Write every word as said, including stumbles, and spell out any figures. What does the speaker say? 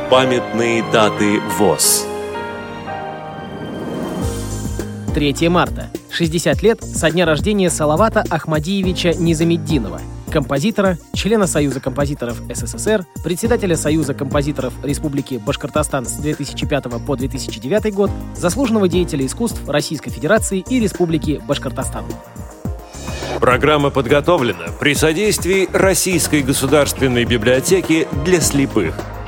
Памятные даты ВОС. третьего марта. шестьдесят лет со дня рождения Салавата Ахмадиевича Низаметдинова, композитора, члена Союза композиторов СССР, председателя Союза композиторов Республики Башкортостан с две тысячи пятого по две тысячи девятый год, заслуженного деятеля искусств Российской Федерации и Республики Башкортостан. Программа подготовлена при содействии Российской государственной библиотеки для слепых.